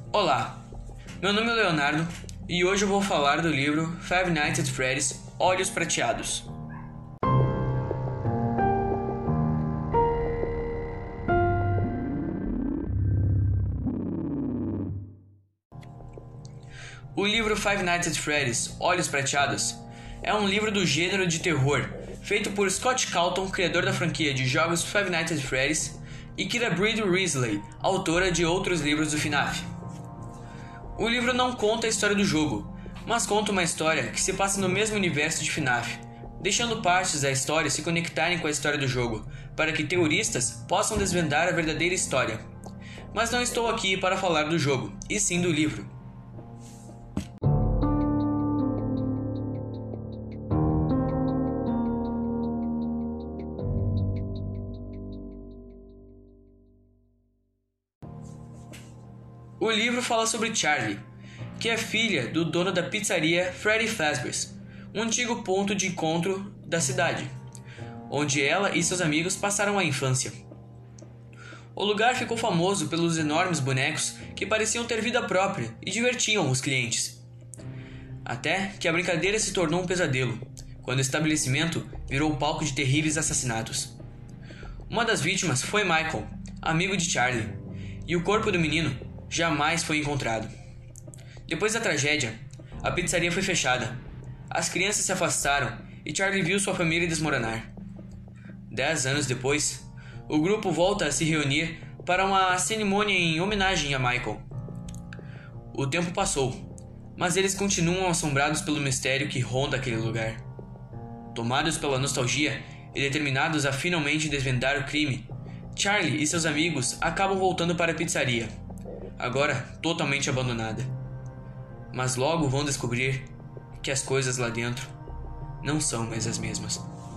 Olá, meu nome é Leonardo e hoje eu vou falar do livro Five Nights at Freddy's Olhos Prateados. O livro Five Nights at Freddy's Olhos Prateados é um livro do gênero de terror, feito por Scott Cawthon, criador da franquia de jogos Five Nights at Freddy's, e Kira Breed-Risley, autora de outros livros do FNAF. O livro não conta a história do jogo, mas conta uma história que se passa no mesmo universo de FNAF, deixando partes da história se conectarem com a história do jogo, para que teoristas possam desvendar a verdadeira história. Mas não estou aqui para falar do jogo, e sim do livro. O livro fala sobre Charlie, que é filha do dono da pizzaria Freddy Fazbear's, um antigo ponto de encontro da cidade, onde ela e seus amigos passaram a infância. O lugar ficou famoso pelos enormes bonecos que pareciam ter vida própria e divertiam os clientes. Até que a brincadeira se tornou um pesadelo, quando o estabelecimento virou palco de terríveis assassinatos. Uma das vítimas foi Michael, amigo de Charlie, e o corpo do menino jamais foi encontrado. Depois da tragédia, a pizzaria foi fechada, as crianças se afastaram e Charlie viu sua família desmoronar. 10 anos depois, o grupo volta a se reunir para uma cerimônia em homenagem a Michael. O tempo passou, mas eles continuam assombrados pelo mistério que ronda aquele lugar. Tomados pela nostalgia e determinados a finalmente desvendar o crime, Charlie e seus amigos acabam voltando para a pizzaria, agora totalmente abandonada. Mas logo vão descobrir que as coisas lá dentro não são mais as mesmas.